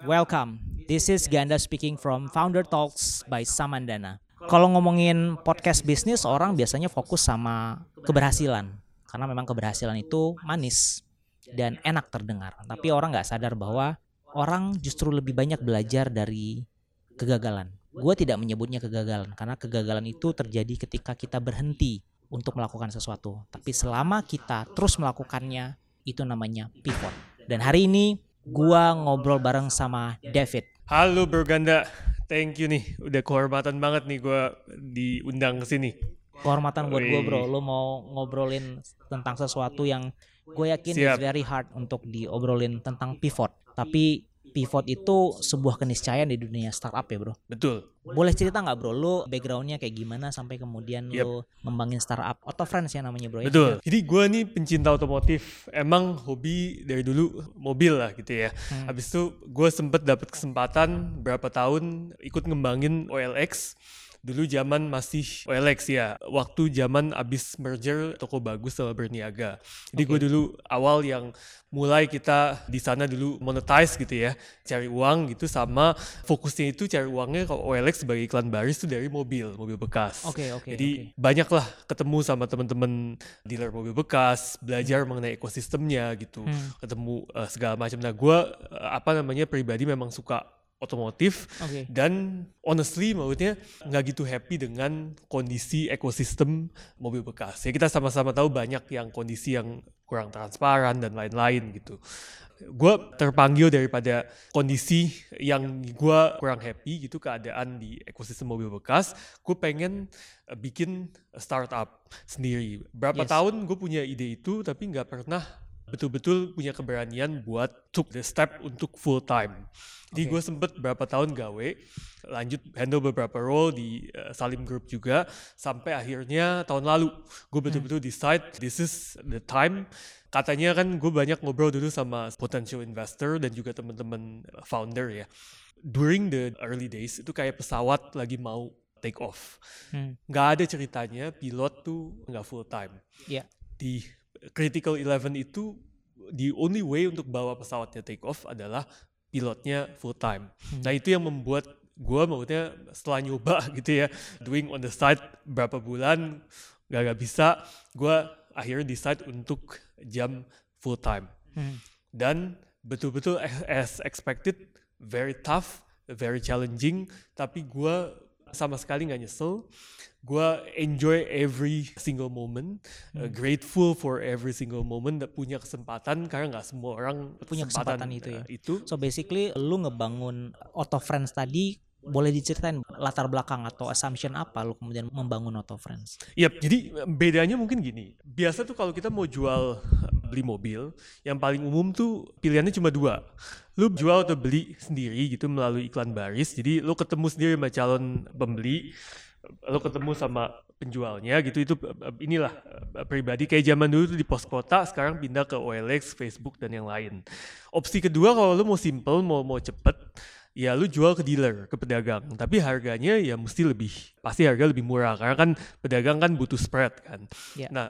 welcome. This is Ganda speaking from Founder Talks by Samandana. Kalau ngomongin podcast bisnis, orang biasanya fokus sama keberhasilan. Karena memang keberhasilan itu manis dan enak terdengar. Tapi orang nggak sadar bahwa orang justru lebih banyak belajar dari kegagalan. Gue tidak menyebutnya kegagalan, karena kegagalan itu terjadi ketika kita berhenti untuk melakukan sesuatu. Tapi selama kita terus melakukannya, itu namanya pivot. Dan hari ini gua ngobrol bareng sama David. Halo Bro Ganda, thank you nih, udah kehormatan banget nih gua diundang ke sini. Kehormatan buat gua bro, lu mau ngobrolin tentang sesuatu yang gue yakin is very hard untuk diobrolin tentang pivot. Tapi pivot itu sebuah keniscayaan di dunia startup ya bro. Betul. Boleh cerita nggak bro, lu backgroundnya kayak gimana sampai kemudian lu ngembangin startup Otofriends ya namanya bro ya? Betul. Jadi gue nih pencinta otomotif, emang hobi dari dulu mobil lah gitu ya. Habis itu gue sempet dapet kesempatan berapa tahun ikut ngembangin OLX. Dulu zaman masih OLX ya, waktu zaman abis merger Toko Bagus sama Berniaga. Jadi gue dulu awal yang mulai kita di sana dulu monetize gitu ya, cari uang gitu, sama fokusnya itu cari uangnya kalau OLX sebagai iklan baris itu dari mobil bekas. Jadi banyak lah ketemu sama teman-teman dealer mobil bekas, belajar mengenai ekosistemnya gitu, ketemu segala macam. Nah gue pribadi memang suka otomotif dan honestly maksudnya nggak gitu happy dengan kondisi ekosistem mobil bekas. Ya kita sama-sama tahu banyak yang kondisi yang kurang transparan dan lain-lain gitu. Gue terpanggil daripada kondisi yang gue kurang happy gitu keadaan di ekosistem mobil bekas. Gue pengen bikin startup sendiri. Berapa tahun gue punya ide itu tapi nggak pernah betul-betul punya keberanian buat took the step untuk full time. Jadi gue sempet berapa tahun gawe, lanjut handle beberapa role di Salim Group juga, sampai akhirnya tahun lalu gue betul-betul decide this is the time. Katanya kan gue banyak ngobrol dulu sama potential investor dan juga teman-teman founder ya. During the early days itu kayak pesawat lagi mau take off. Gak ada ceritanya pilot tuh gak full time. Di Critical 11 itu the only way untuk bawa pesawatnya take off adalah pilotnya full time. Nah itu yang membuat gue maksudnya setelah nyoba gitu ya, doing on the side berapa bulan gak bisa, gue akhirnya decide untuk jam full time. Dan betul-betul as expected, very tough, very challenging, tapi gue sama sekali gak nyesel. Gue enjoy every single moment, grateful for every single moment, punya kesempatan karena nggak semua orang punya kesempatan itu ya. So basically lu ngebangun Otofriends tadi, boleh diceritain latar belakang atau assumption apa lu kemudian membangun Otofriends? Jadi bedanya mungkin gini. Biasa tuh kalau kita mau jual beli mobil, yang paling umum tuh pilihannya cuma dua. Lu jual atau beli sendiri gitu melalui iklan baris. Jadi lu ketemu sendiri sama calon pembeli, lo ketemu sama penjualnya gitu. Itu inilah pribadi kayak zaman dulu tuh di pos kota, sekarang pindah ke OLX, Facebook dan yang lain. Opsi kedua kalau lo mau simple, mau cepet, ya lu jual ke dealer, ke pedagang, tapi harganya ya pasti harga lebih murah karena kan pedagang kan butuh spread kan. Nah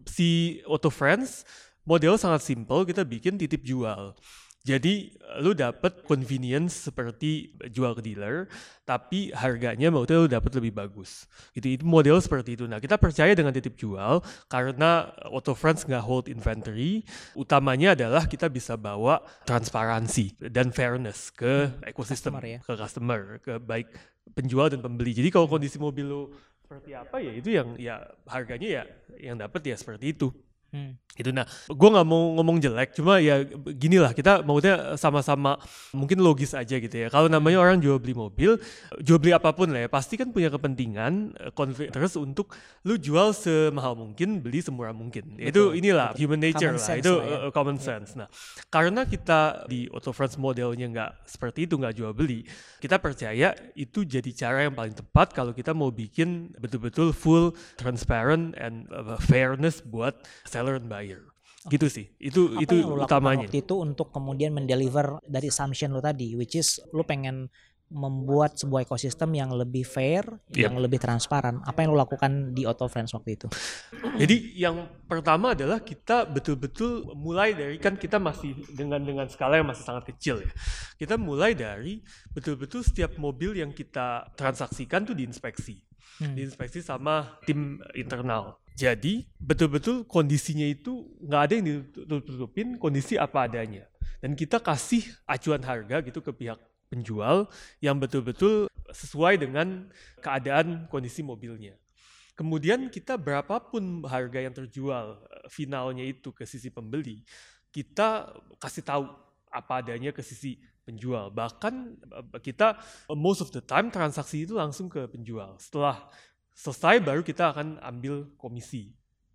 si Otofriends model sangat simple, kita bikin titip jual. Jadi lu dapet convenience seperti jual ke dealer, tapi harganya maksudnya lu dapet lebih bagus. Gitu, itu model seperti itu. Nah kita percaya dengan titip jual karena Otofriends nggak hold inventory. Utamanya adalah kita bisa bawa transparansi dan fairness ke ekosistem, ke customer, ke baik penjual dan pembeli. Jadi kalau kondisi mobil lu seperti apa ya itu yang ya harganya ya yang dapet ya seperti itu. Gitu. Nah, gue nggak mau ngomong jelek, cuma ya gini lah, kita maksudnya sama-sama mungkin logis aja gitu ya. Kalau namanya orang jual beli mobil, jual beli apapun lah ya, pasti kan punya kepentingan terus untuk lu jual semahal mungkin, beli semurah mungkin. Itu inilah human nature lah, itu common sense. Nah, karena kita di Otofriends modelnya nggak seperti itu, nggak jual beli, kita percaya itu jadi cara yang paling tepat kalau kita mau bikin betul-betul full transparent and fairness buat seller and buyer. Gitu sih, itu yang lu utamanya. waktu itu untuk kemudian mendeliver dari assumption lu tadi, which is lu pengen membuat sebuah ekosistem yang lebih fair, yang lebih transparan. Apa yang lo lakukan di Auto Friends waktu itu? Jadi yang pertama adalah kita betul-betul mulai dari, kan kita masih dengan skala yang masih sangat kecil ya. Kita mulai dari betul-betul setiap mobil yang kita transaksikan tuh diinspeksi. Diinspeksi sama tim internal. Jadi betul-betul kondisinya itu nggak ada yang ditutup-tutupin, kondisi apa adanya. Dan kita kasih acuan harga gitu ke pihak penjual yang betul-betul sesuai dengan keadaan kondisi mobilnya. Kemudian kita berapapun harga yang terjual finalnya itu ke sisi pembeli, kita kasih tahu apa adanya ke sisi penjual. Bahkan kita most of the time transaksi itu langsung ke penjual. Setelah selesai baru kita akan ambil komisi.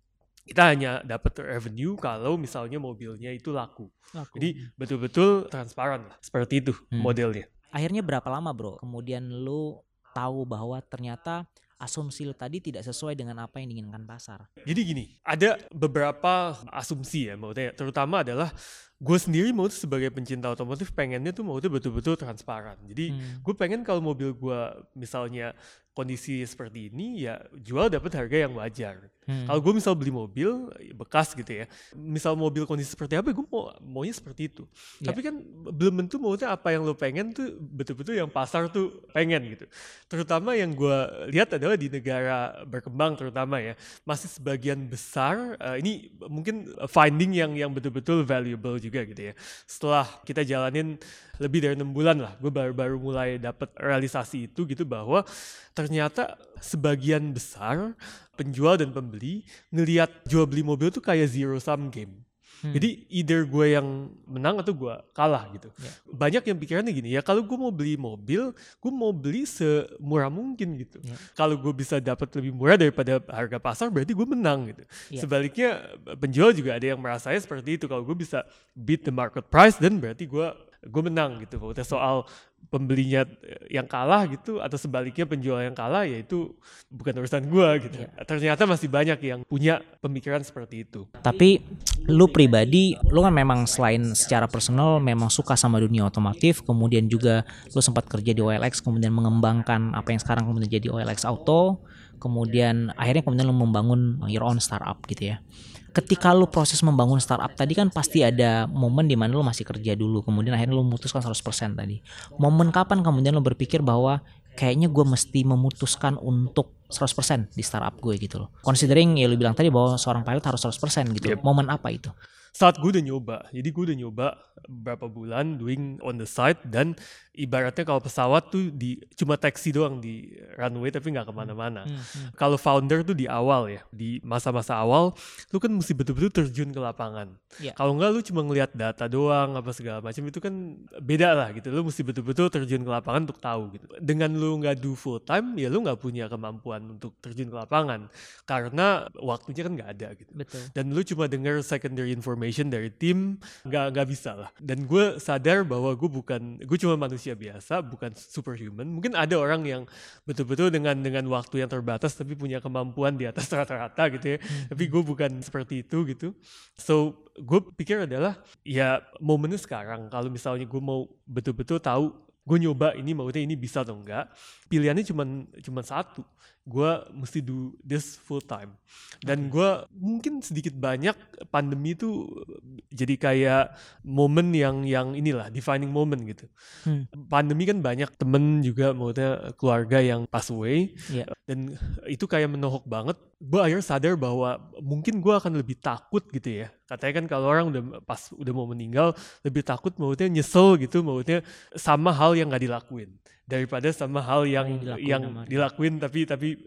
Kita hanya dapat revenue kalau misalnya mobilnya itu laku. Jadi betul-betul transparan lah. Seperti itu modelnya. Akhirnya berapa lama bro kemudian lu tahu bahwa ternyata asumsi lu tadi tidak sesuai dengan apa yang diinginkan pasar? Jadi gini, ada beberapa asumsi ya maksudnya, terutama adalah gue sendiri mau tuh sebagai pencinta otomotif pengennya tuh mau tuh betul-betul transparan. Jadi gue pengen kalau mobil gue misalnya kondisi seperti ini ya jual dapat harga yang wajar. Kalau gue misal beli mobil bekas gitu ya, misal mobil kondisi seperti apa, gue maunya seperti itu. Tapi kan belum tentu maksudnya apa yang lo pengen tuh betul-betul yang pasar tuh pengen gitu. Terutama yang gue lihat adalah di negara berkembang terutama ya, masih sebagian besar ini mungkin finding yang betul-betul valuable juga gitu ya. Setelah kita jalanin lebih dari 6 bulan lah, gue baru mulai dapat realisasi itu gitu, bahwa ternyata sebagian besar penjual dan pembeli ngelihat jual beli mobil tuh kayak zero sum game. Jadi either gue yang menang atau gue kalah gitu. Banyak yang pikirannya gini, ya kalau gue mau beli mobil, gue mau beli semurah mungkin gitu. Kalau gue bisa dapat lebih murah daripada harga pasar, berarti gue menang gitu. Sebaliknya penjual juga ada yang merasanya seperti itu. Kalau gue bisa beat the market price, dan berarti gue menang gitu. Maksudnya soal pembelinya yang kalah gitu atau sebaliknya penjual yang kalah, ya itu bukan urusan gue gitu. Ternyata masih banyak yang punya pemikiran seperti itu. Tapi lu pribadi, lu kan memang selain secara personal memang suka sama dunia otomotif, kemudian juga lu sempat kerja di OLX, kemudian mengembangkan apa yang sekarang kemudian jadi OLX Auto, kemudian akhirnya kemudian lu membangun your own startup gitu ya. Ketika lu proses membangun startup tadi kan pasti ada momen di mana lu masih kerja dulu, kemudian akhirnya lu memutuskan 100% tadi. Momen kapan kemudian lu berpikir bahwa kayaknya gue mesti memutuskan untuk 100% di startup gue gitu loh. Considering ya lu bilang tadi bahwa seorang pilot harus 100% gitu. Momen apa itu? Saat gue udah nyoba, jadi gue udah nyoba berapa bulan doing on the side, dan ibaratnya kalau pesawat tuh cuma taxi doang di runway tapi nggak kemana-mana. Kalau founder tuh di awal ya, di masa-masa awal, lu kan mesti betul-betul terjun ke lapangan. Kalau nggak lu cuma ngelihat data doang apa segala macam, itu kan beda lah gitu. Lu mesti betul-betul terjun ke lapangan untuk tahu gitu. Dengan lu nggak do full time, ya lu nggak punya kemampuan untuk terjun ke lapangan karena waktunya kan nggak ada gitu. Betul. Dan lu cuma dengar secondary information dari tim, nggak bisa lah. Dan gue sadar bahwa gue cuma manusia biasa, bukan superhuman. Mungkin ada orang yang betul-betul dengan waktu yang terbatas tapi punya kemampuan di atas rata-rata gitu ya. Tapi gue bukan seperti itu gitu. So gue pikir adalah ya momennya sekarang. Kalau misalnya gue mau betul-betul tahu, gue nyoba ini maksudnya ini bisa atau enggak, pilihannya cuma satu. Gue mesti do this full time. Dan gue mungkin sedikit banyak pandemi itu jadi kayak momen yang inilah, defining moment gitu. Pandemi kan banyak temen juga, maksudnya keluarga yang pass away. Dan itu kayak menohok banget. Gue akhirnya sadar bahwa mungkin gue akan lebih takut gitu ya. Katanya kan kalau orang udah mau meninggal, lebih takut maksudnya nyesel gitu, maksudnya sama hal yang gak dilakuin daripada sama hal yang dilakuin tapi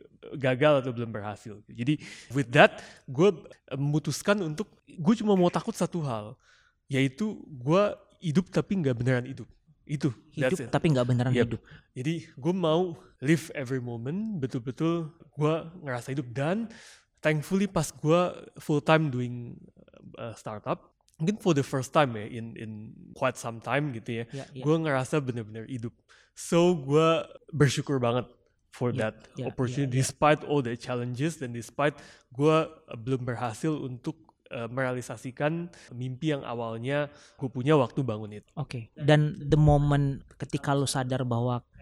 gagal atau belum berhasil. Jadi with that, gue memutuskan untuk gue cuma mau takut satu hal, yaitu gue hidup tapi nggak beneran hidup. Itu hidup tapi nggak beneran hidup. Jadi gue mau live every moment, betul-betul gue ngerasa hidup. Dan thankfully pas gue full time doing startup, mungkin for the first time ya in quite some time gitu ya, gue ngerasa bener-bener hidup. So gue bersyukur banget for that opportunity, despite all the challenges dan despite gue belum berhasil untuk merealisasikan mimpi yang awalnya gue punya waktu bangun itu. Dan the moment ketika lu sadar bahwa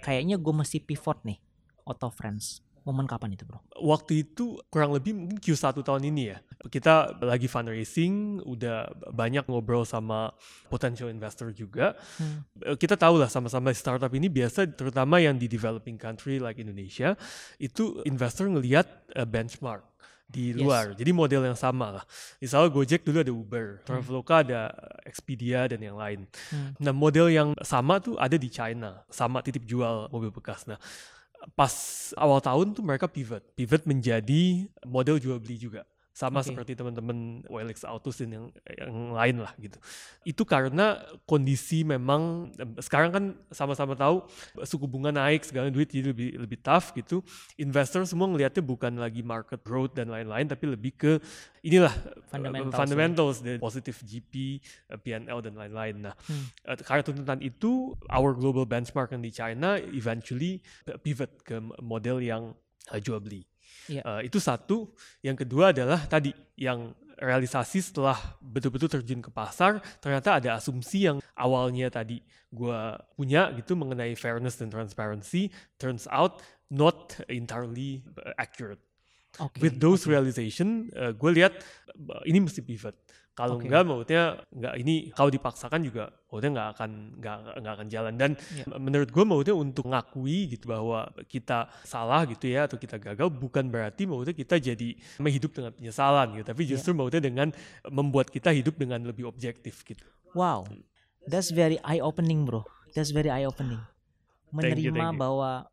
kayaknya gue mesti pivot nih, Auto Friends. Momen kapan itu bro? Waktu itu kurang lebih mungkin Q1 tahun ini ya. Kita lagi fundraising, udah banyak ngobrol sama potential investor juga. Kita tahu lah sama-sama startup ini biasa, terutama yang di developing country like Indonesia, itu investor ngelihat benchmark di luar. Jadi model yang sama lah. Misalnya Gojek dulu ada Uber, Traveloka ada Expedia dan yang lain. Nah model yang sama tuh ada di China, sama titip jual mobil bekas. Nah pas awal tahun tuh mereka pivot menjadi model jual beli juga, sama seperti teman-teman OLX Autos dan yang lain lah gitu. Itu karena kondisi memang sekarang kan sama-sama tahu suku bunga naik, segala duit jadi lebih tough gitu. Investor semua ngelihatnya bukan lagi market growth dan lain-lain, tapi lebih ke inilah fundamentals dari positive GP, P&L dan lain-lain. Nah, karena tuntutan itu, our global benchmark yang di China eventually pivot ke model yang jual beli. Itu satu. Yang kedua adalah tadi yang realisasi setelah betul-betul terjun ke pasar, ternyata ada asumsi yang awalnya tadi gue punya gitu mengenai fairness dan transparency, turns out not entirely accurate. With those realization, gue lihat ini mesti pivot. Kalau enggak, maksudnya enggak, ini kalau dipaksakan juga maksudnya enggak akan jalan. Dan menurut gue maksudnya untuk ngakui gitu bahwa kita salah gitu ya, atau kita gagal, bukan berarti maksudnya kita jadi hidup dengan penyesalan gitu, tapi justru maksudnya dengan membuat kita hidup dengan lebih objektif gitu. Wow, that's very eye opening bro. That's very eye opening. Menerima bahwa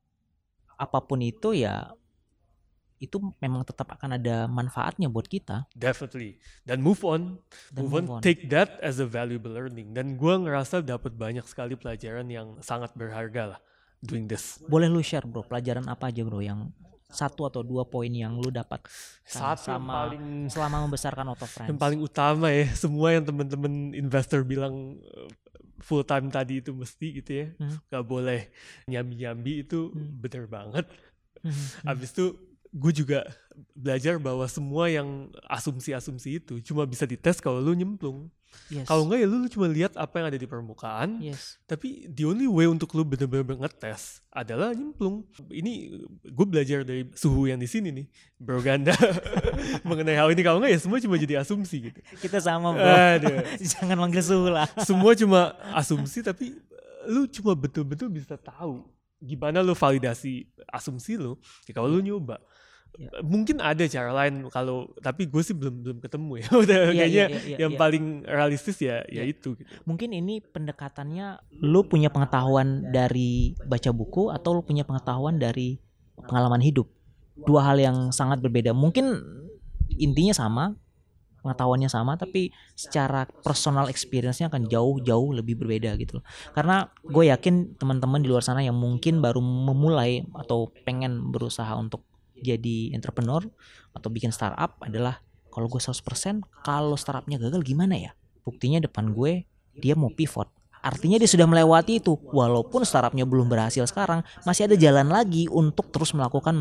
apapun itu ya, itu memang tetap akan ada manfaatnya buat kita. Definitely. Dan move on. Take that as a valuable learning. Dan gue ngerasa dapat banyak sekali pelajaran yang sangat berharga lah doing this. Boleh lu share bro, pelajaran apa aja bro yang 1 atau 2 poin yang lu dapat selama membesarkan Auto Friends? Yang paling utama ya, semua yang teman-teman investor bilang full time tadi itu mesti gitu ya, gak boleh nyambi-nyambi, itu bener banget. Habis itu gue juga belajar bahwa semua yang asumsi-asumsi itu cuma bisa dites kalau lu nyemplung. Kalau enggak ya lu cuma lihat apa yang ada di permukaan. Tapi the only way untuk lu bener-bener ngetes adalah nyemplung. Ini gue belajar dari Suhu yang di sini nih, Bro Ganda, mengenai hal ini. Kalau enggak ya semua cuma jadi asumsi gitu. Kita sama bro. Jangan manggil Suhu lah. Semua cuma asumsi, tapi lu cuma betul-betul bisa tahu gimana lu validasi asumsi lu ya kalau lu nyoba. Mungkin ada cara lain tapi gue sih belum ketemu ya. Udah kayaknya yang paling realistis ya itu gitu. Mungkin ini pendekatannya lu punya pengetahuan dari baca buku atau lu punya pengetahuan dari pengalaman hidup. Dua hal yang sangat berbeda. Mungkin intinya sama, pengetahuannya sama, tapi secara personal experience-nya akan jauh-jauh lebih berbeda gitu loh. Karena gue yakin teman-teman di luar sana yang mungkin baru memulai atau pengen berusaha untuk jadi entrepreneur atau bikin startup adalah, kalau gue 100%, kalau startupnya gagal gimana ya? Buktinya depan gue, dia mau pivot. Artinya dia sudah melewati itu. Walaupun startupnya belum berhasil sekarang, masih ada jalan lagi untuk terus melakukan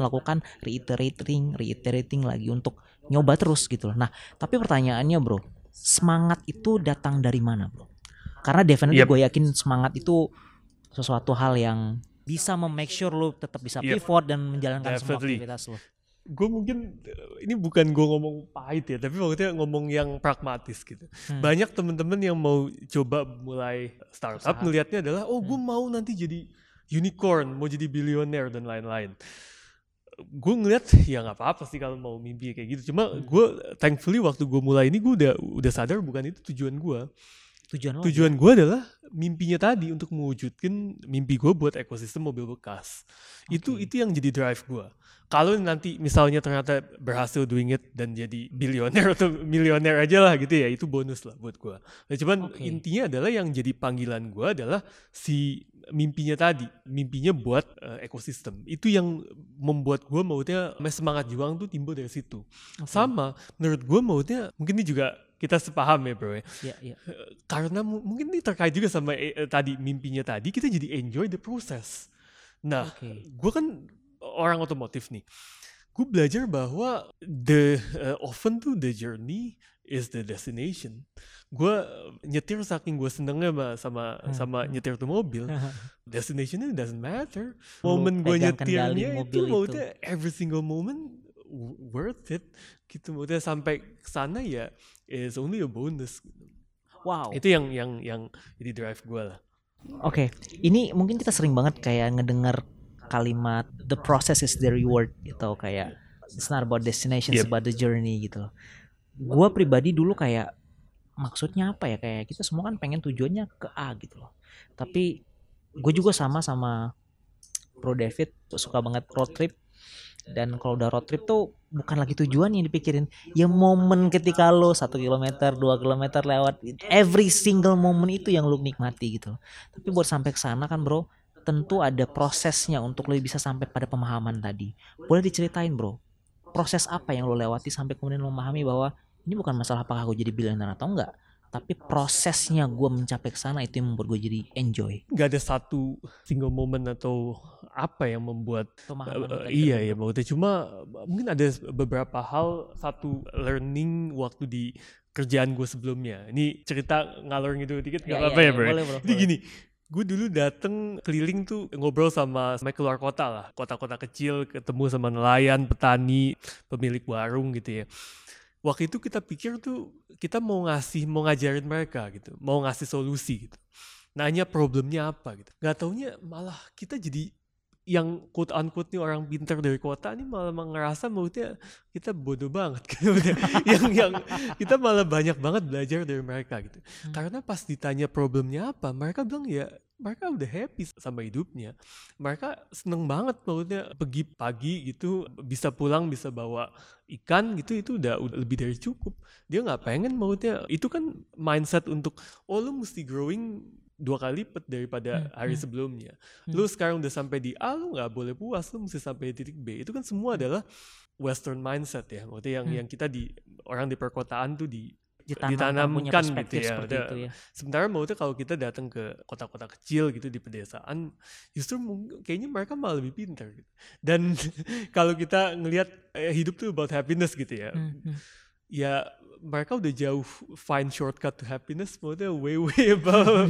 reiterating lagi, untuk nyoba terus gitu loh. Nah, tapi pertanyaannya bro, semangat itu datang dari mana bro? Karena definitely gue yakin semangat itu sesuatu hal yang bisa make sure lu tetap bisa pivot dan menjalankan semua aktivitas lu. Gue mungkin, ini bukan gue ngomong pahit ya, tapi maksudnya ngomong yang pragmatis gitu. Banyak temen-temen yang mau coba mulai startup ngelihatnya adalah, gue mau nanti jadi unicorn, mau jadi billionaire dan lain-lain. Gue ngeliat ya nggak apa-apa sih kalau mau mimpi kayak gitu. Cuma gue thankfully waktu gue mulai ini gue udah sadar bukan itu tujuan gue. Tujuan gue adalah mimpinya tadi, untuk mewujudkan mimpi gue buat ekosistem mobil bekas. Itu yang jadi drive gue. Kalau nanti misalnya ternyata berhasil doing it dan jadi bilioner atau milioner aja lah gitu ya, itu bonus lah buat gue. Nah, cuman intinya adalah yang jadi panggilan gue adalah si mimpinya tadi, mimpinya buat ekosistem. Itu yang membuat gue maksudnya semangat juang tuh timbul dari situ. Sama menurut gue maksudnya, mungkin ini juga kita sepaham ya bro ya. Karena mungkin ini terkait juga sama tadi mimpinya tadi, kita jadi enjoy the process. Nah, gue kan orang otomotif nih. Gue belajar bahwa often tuh the journey is the destination. Gue nyetir saking gue senengnya sama nyetir tuh mobil. Destinationnya doesn't matter. Momen gue nyetirnya itu maksudnya every single moment worth it gitu. Maksudnya sampai kesana ya is only a bonus. Wow. Itu yang jadi drive gue lah. Oke, ini mungkin kita sering banget kayak ngedengar kalimat the process is the reward gitu, kayak it's not about destination, it's about the journey gitu. Gue pribadi dulu kayak maksudnya apa ya, kayak kita semua kan pengen tujuannya ke A gitu loh. Tapi gue juga sama Bro David suka banget road trip. Dan kalau udah road trip tuh bukan lagi tujuan yang dipikirin, ya momen ketika lo 1 kilometer 2 kilometer lewat, every single moment itu yang lo nikmati gitu. Tapi buat sampai ke sana kan bro, tentu ada prosesnya untuk lo bisa sampai pada pemahaman tadi. Boleh diceritain bro, proses apa yang lo lewati sampai kemudian lo memahami bahwa ini bukan masalah apakah gue jadi billionaire atau enggak, tapi prosesnya gue mencapai ke sana itu yang membuat gue jadi enjoy. Gak ada satu single moment atau apa yang membuat iya ya maksudnya, cuma mungkin ada beberapa hal. Satu, learning waktu di kerjaan gue sebelumnya. Ini cerita ngalor gitu dikit gak apa-apa ya bro? Boleh, Jadi gini, gue dulu dateng keliling tuh ngobrol sama keluar kota lah, kota-kota kecil, ketemu sama nelayan, petani, pemilik warung gitu ya. Waktu itu kita pikir tuh kita mau ngajarin mereka gitu, mau ngasih solusi gitu. Nanya problemnya apa gitu. Gak taunya malah kita jadi yang quote unquote nih orang pintar dari kota nih malah ngerasa maksudnya kita bodoh banget gitu. yang kita malah banyak banget belajar dari mereka gitu. Karena pas ditanya problemnya apa, mereka bilang ya mereka udah happy sama hidupnya. Mereka seneng banget maksudnya pergi pagi gitu, bisa pulang bisa bawa ikan gitu, itu udah lebih dari cukup. Dia nggak pengen maksudnya, itu kan mindset untuk lu mesti growing 2 kali lipat daripada hari sebelumnya. Lu sekarang udah sampai di A, lu nggak boleh puas, lu mesti sampai di titik B. Itu kan semua adalah Western mindset ya, maksudnya yang kita orang di perkotaan tuh ditanamkan gitu ya. Sementara maksudnya kalau kita datang ke kota-kota kecil gitu di pedesaan, justru kayaknya mereka malah lebih pintar gitu. Dan kalau kita ngelihat hidup tuh about happiness gitu ya, ya mereka udah jauh find shortcut to happiness, maksudnya way above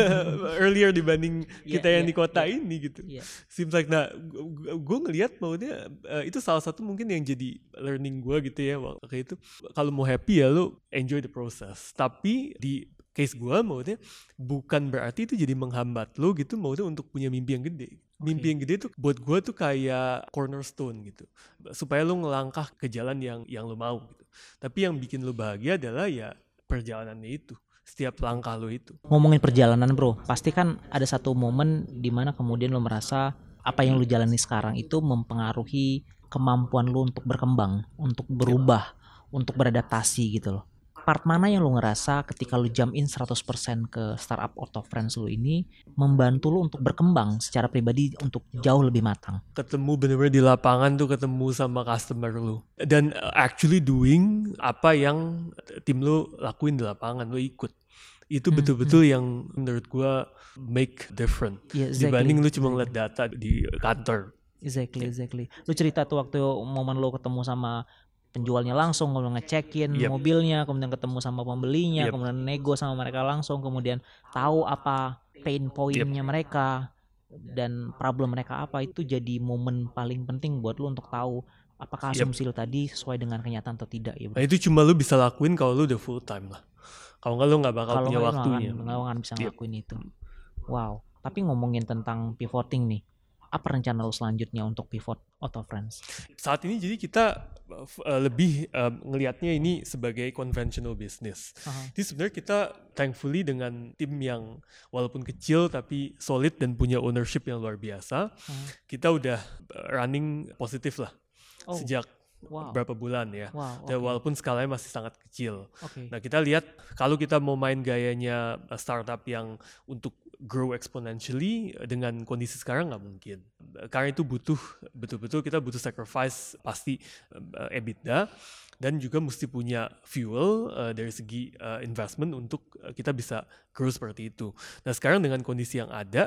earlier dibanding kita yang di kota ini gitu. Seems like, nah gue ngelihat maksudnya itu salah satu mungkin yang jadi learning gue gitu ya waktu itu. Kalau mau happy ya lo enjoy the process. Tapi di case gue maksudnya bukan berarti itu jadi menghambat lo gitu maksudnya untuk punya mimpi yang gede. Mimpi yang gede tuh buat gue tuh kayak cornerstone gitu, supaya lo ngelangkah ke jalan yang lo mau gitu. Tapi yang bikin lo bahagia adalah ya perjalanannya itu, setiap langkah lo itu. Ngomongin perjalanan bro, pasti kan ada satu momen dimana kemudian lo merasa apa yang lo jalani sekarang itu mempengaruhi kemampuan lo untuk berkembang, untuk berubah, untuk beradaptasi gitu loh. Part mana yang lo ngerasa ketika lo jump in 100% ke startup Auto Friends lo ini membantu lo untuk berkembang secara pribadi untuk jauh lebih matang? Ketemu bener-bener di lapangan tuh, ketemu sama customer lo. Dan actually doing apa yang tim lo lakuin di lapangan, lo ikut. Itu betul-betul yang menurut gue make different. Dibanding lo cuma ngeliat data di kantor. Exactly. Lo cerita tuh waktu momen lo ketemu sama penjualnya langsung, kemudian ngecekin mobilnya, kemudian ketemu sama pembelinya, kemudian nego sama mereka langsung, kemudian tahu apa pain point-nya mereka dan problem mereka apa, itu jadi momen paling penting buat lu untuk tahu apakah asumsi lu tadi sesuai dengan kenyataan atau tidak ya bro. Nah itu cuma lu bisa lakuin kalau lu udah full time lah. Kalau nggak lu nggak bakal punya waktunya. Kalau nggak bisa ngelakuin itu. Wow. Tapi ngomongin tentang pivoting nih, apa rencana lo selanjutnya untuk pivot Auto Friends? Saat ini jadi kita lebih ngelihatnya ini sebagai conventional business. Jadi sebenarnya kita thankfully dengan tim yang walaupun kecil tapi solid dan punya ownership yang luar biasa, kita udah running positif lah sejak berapa bulan ya. Dan walaupun skalanya masih sangat kecil. Nah kita lihat kalau kita mau main gayanya startup yang untuk grow exponentially dengan kondisi sekarang nggak mungkin. Karena itu betul-betul kita butuh sacrifice pasti EBITDA, dan juga mesti punya fuel dari segi investment untuk kita bisa grow seperti itu. Nah sekarang dengan kondisi yang ada,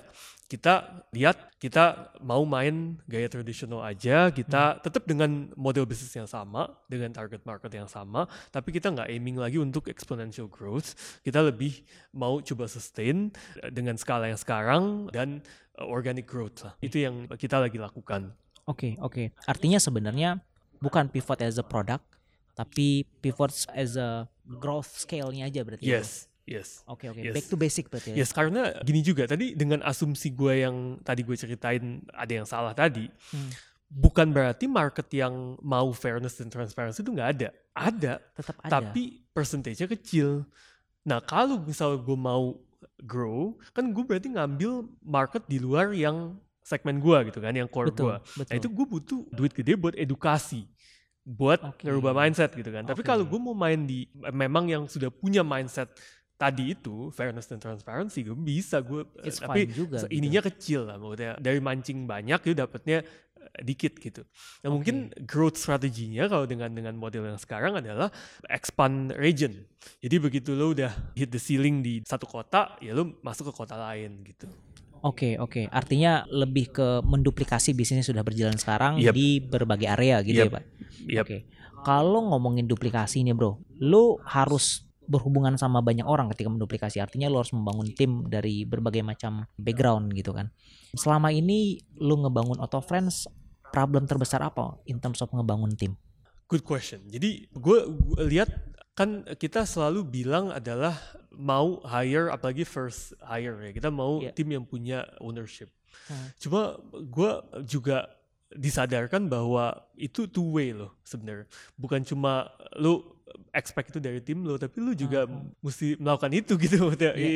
kita lihat kita mau main gaya tradisional aja, kita tetap dengan model bisnis yang sama, dengan target market yang sama, tapi kita nggak aiming lagi untuk exponential growth. Kita lebih mau coba sustain dengan skala yang sekarang dan organic growth lah. Itu yang kita lagi lakukan. Oke. Artinya sebenarnya bukan pivot as a product, tapi pivot as a growth scale-nya aja berarti. Yes. Oke. Back to basic berarti. Yes, karena gini juga tadi dengan asumsi gue yang tadi gue ceritain ada yang salah tadi. Bukan berarti market yang mau fairness dan transparency itu nggak ada. Ada. Tetap ada. Tapi persentasenya kecil. Nah kalau misalnya gue mau grow, kan gue berarti ngambil market di luar yang segmen gue gitu kan, yang core gue. Nah itu gue butuh duit gede buat edukasi, buat ngerubah mindset gitu kan. Tapi kalau gue mau main di memang yang sudah punya mindset tadi itu fairness dan transparency, gue bisa tapi juga, ininya gitu. Kecil lah, maksudnya dari mancing banyak itu dapatnya dikit gitu. Nah mungkin growth strateginya kalau dengan model yang sekarang adalah expand region. Jadi begitu lo udah hit the ceiling di satu kota, ya lo masuk ke kota lain gitu. Oke. Artinya lebih ke menduplikasi bisnis sudah berjalan sekarang di berbagai area gitu ya Pak? Oke. Kalau ngomongin duplikasi nih bro, lo harus berhubungan sama banyak orang ketika menduplikasi. Artinya lo harus membangun tim dari berbagai macam background gitu kan. Selama ini lo ngebangun Autofriends, problem terbesar apa in terms of ngebangun tim? Good question. Jadi gue lihat kan kita selalu bilang adalah mau hire, apalagi first hire ya. Kita mau tim yang punya ownership. Cuma gue juga disadarkan bahwa itu two way loh sebenarnya. Bukan cuma lo expect itu dari tim lo, tapi lo juga mesti melakukan itu gitu.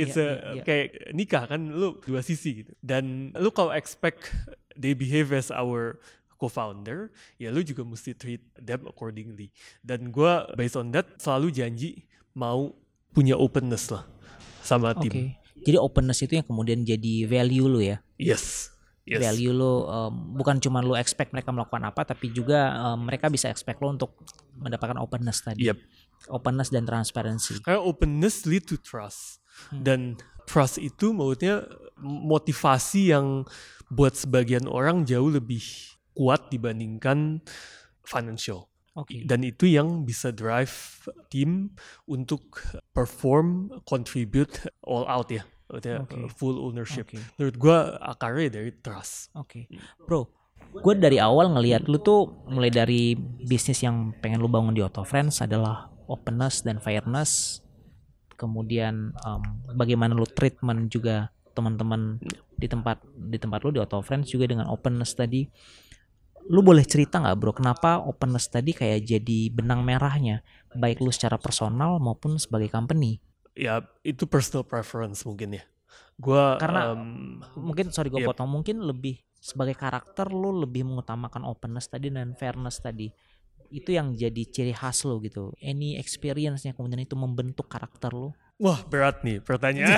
Kayak nikah kan, lo dua sisi gitu. Dan lo kalau expect they behave as our co-founder, ya lo juga mesti treat them accordingly. Dan gue based on that selalu janji mau punya openness lah sama tim. Jadi openness itu yang kemudian jadi value lo ya? Yes. Value lo bukan cuma lo expect mereka melakukan apa, tapi juga mereka bisa expect lo untuk mendapatkan openness tadi. Openness dan transparency. Karena openness lead to trust. Dan trust itu maksudnya motivasi yang buat sebagian orang jauh lebih kuat dibandingkan financial. Dan itu yang bisa drive tim untuk perform, contribute all out ya. Full ownership. Menurut gue akarnya dari trust. Bro, gue dari awal ngelihat lu tuh mulai dari bisnis yang pengen lu bangun di Autofriends adalah openness dan fairness. Kemudian bagaimana lu treatment juga teman-teman di tempat lu di Autofriends juga dengan openness tadi. Lu boleh cerita nggak bro, kenapa openness tadi kayak jadi benang merahnya, baik lu secara personal maupun sebagai company? Ya itu personal preference mungkin ya. Karena mungkin gue potong, mungkin lebih sebagai karakter lu lebih mengutamakan openness tadi dan fairness tadi. Itu yang jadi ciri khas lu gitu. Any experience yang kemudian itu membentuk karakter lu? Wah berat nih pertanyaan.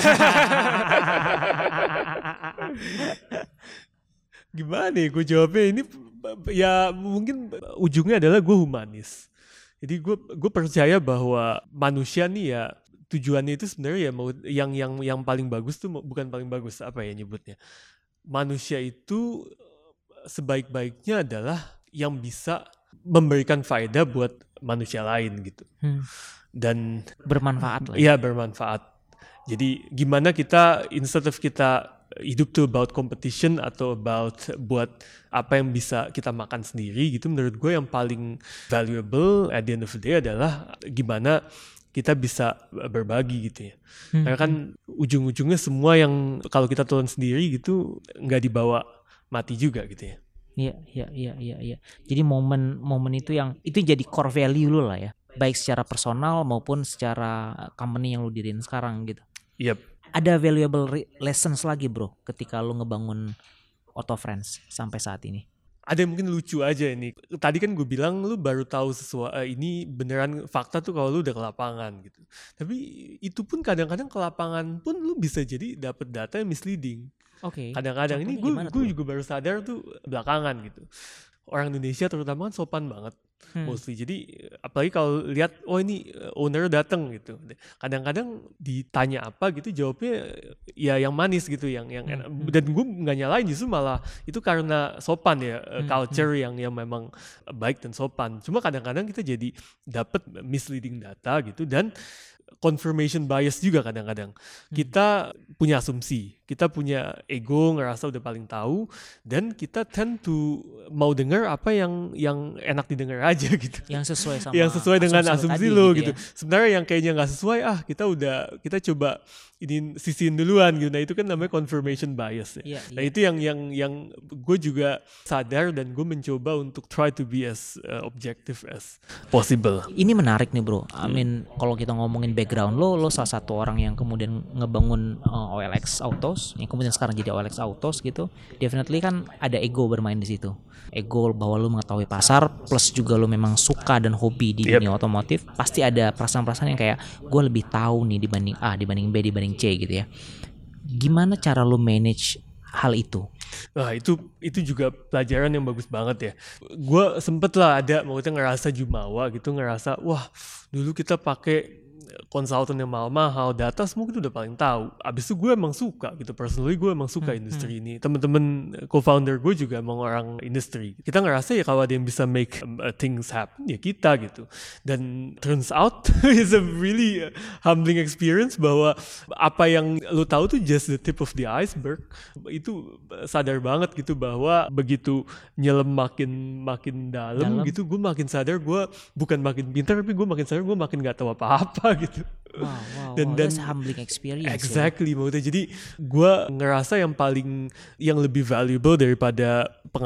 Gimana nih gue jawabnya ini? Ya mungkin ujungnya adalah gue humanis. Jadi gue percaya bahwa manusia nih ya tujuannya itu sebenarnya ya yang paling bagus tuh bukan paling bagus, apa ya nyebutnya, manusia itu sebaik-baiknya adalah yang bisa memberikan faedah buat manusia lain gitu. Dan bermanfaat lah. Iya bermanfaat. Jadi gimana kita instead of kita hidup tuh about competition atau about buat apa yang bisa kita makan sendiri gitu, menurut gue yang paling valuable at the end of the day adalah gimana kita bisa berbagi gitu ya. Karena kan ujung-ujungnya semua yang kalau kita telan sendiri gitu nggak dibawa mati juga gitu ya. Iya. Jadi momen itu yang itu jadi core value lu lah ya, baik secara personal maupun secara company yang lu diriin sekarang gitu. Yep. Ada valuable lessons lagi bro ketika lu ngebangun Autofriends sampai saat ini? Ada yang mungkin lucu aja ini. Tadi kan gue bilang lu baru tahu sesuatu ini beneran fakta tuh kalau lu udah ke lapangan gitu. Tapi itu pun kadang-kadang ke lapangan pun lu bisa jadi dapet data yang misleading. Kadang-kadang ini gue juga baru sadar tuh belakangan gitu. Orang Indonesia terutama kan sopan banget. mostly. Jadi apalagi kalau lihat oh ini owner datang gitu, kadang-kadang ditanya apa gitu jawabnya ya yang manis gitu, yang enak. Dan gue nggak nyalain, justru malah itu karena sopan ya, culture yang memang baik dan sopan. Cuma kadang-kadang kita jadi dapat misleading data gitu, dan confirmation bias juga kadang-kadang. Kita punya asumsi, kita punya ego, ngerasa udah paling tahu, dan kita tend to mau dengar apa yang enak didengar aja gitu. Yang sesuai sama dengan asumsi lo gitu. Ya? Sebenarnya yang kayaknya nggak sesuai, kita coba ini sisihin duluan gitu. Nah itu kan namanya confirmation bias ya. Nah itu yang gue juga sadar, dan gue mencoba untuk try to be as objective as possible. Ini menarik nih bro. I mean kalau kita ngomongin background lo salah satu orang yang kemudian ngebangun OLX Autos, yang kemudian sekarang jadi OLX Autos gitu. Definitely kan ada ego bermain di situ. Ego bahwa lo mengetahui pasar, plus juga lo memang suka dan hobi di dunia otomotif. Pasti ada perasaan-perasaan yang kayak gue lebih tahu nih dibanding A, dibanding B, dibanding C gitu ya. Gimana cara lo manage hal itu? Wah itu juga pelajaran yang bagus banget ya. Gue sempet lah maksudnya ngerasa jumawa gitu, ngerasa wah dulu kita pakai konsultan yang mahal-mahal, data semua kita udah paling tahu. Abis itu gue emang suka gitu, personally gue emang suka industri ini. Temen-temen co-founder gue juga emang orang industri. Kita ngerasa ya kalau ada yang bisa make things happen ya kita gitu. Dan turns out it's a really humbling experience bahwa apa yang lo tahu tuh just the tip of the iceberg. Itu sadar banget gitu bahwa begitu nyelam makin dalam gitu, gue makin sadar gue bukan makin pintar, tapi gue makin sadar gue makin gak tahu apa-apa gitu. Dan that's humbling experience. Exactly, maksudnya jadi gue ngerasa yang lebih valuable daripada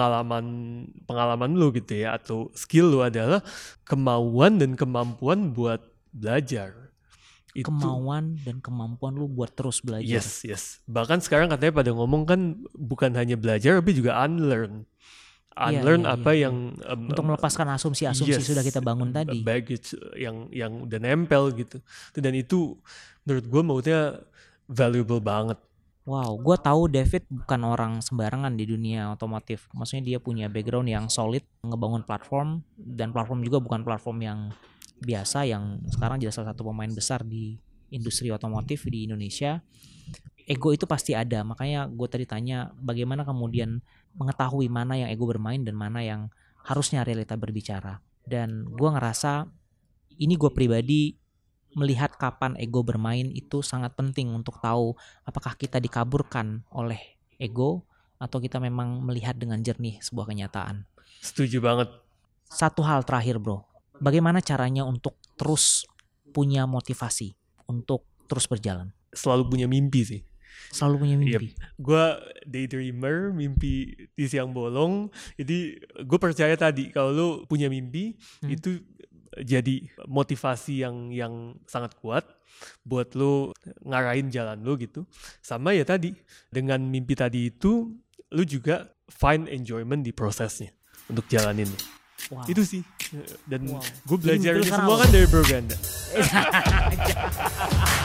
pengalaman lo gitu ya, atau skill lo adalah kemauan dan kemampuan buat belajar. Kemauan dan kemampuan lu buat terus belajar. Yes. Bahkan sekarang katanya pada ngomong kan bukan hanya belajar tapi juga unlearn apa yang untuk melepaskan asumsi-asumsi sudah kita bangun tadi, baggage yang udah nempel gitu. Dan itu menurut gue maksudnya valuable banget. Wow, gue tahu David bukan orang sembarangan di dunia otomotif. Maksudnya dia punya background yang solid, ngebangun platform, dan platform juga bukan platform yang biasa, yang sekarang jadi salah satu pemain besar di industri otomotif di Indonesia. Ego itu pasti ada, makanya gue tadi tanya bagaimana kemudian mengetahui mana yang ego bermain dan mana yang harusnya realita berbicara. Dan gue ngerasa ini gue pribadi melihat kapan ego bermain itu sangat penting untuk tahu apakah kita dikaburkan oleh ego atau kita memang melihat dengan jernih sebuah kenyataan. Setuju banget. Satu hal terakhir bro, bagaimana caranya untuk terus punya motivasi untuk terus berjalan? Selalu punya mimpi sih. Selalu punya mimpi. Gue daydreamer, mimpi di siang bolong. Jadi gue percaya tadi kalau lo punya mimpi itu jadi motivasi yang sangat kuat buat lo ngarahin jalan lo gitu. Sama ya tadi, dengan mimpi tadi itu lo juga find enjoyment di prosesnya untuk jalanin. Wow. Itu sih. Dan gue belajar ini semua kan dari Bro Ganda.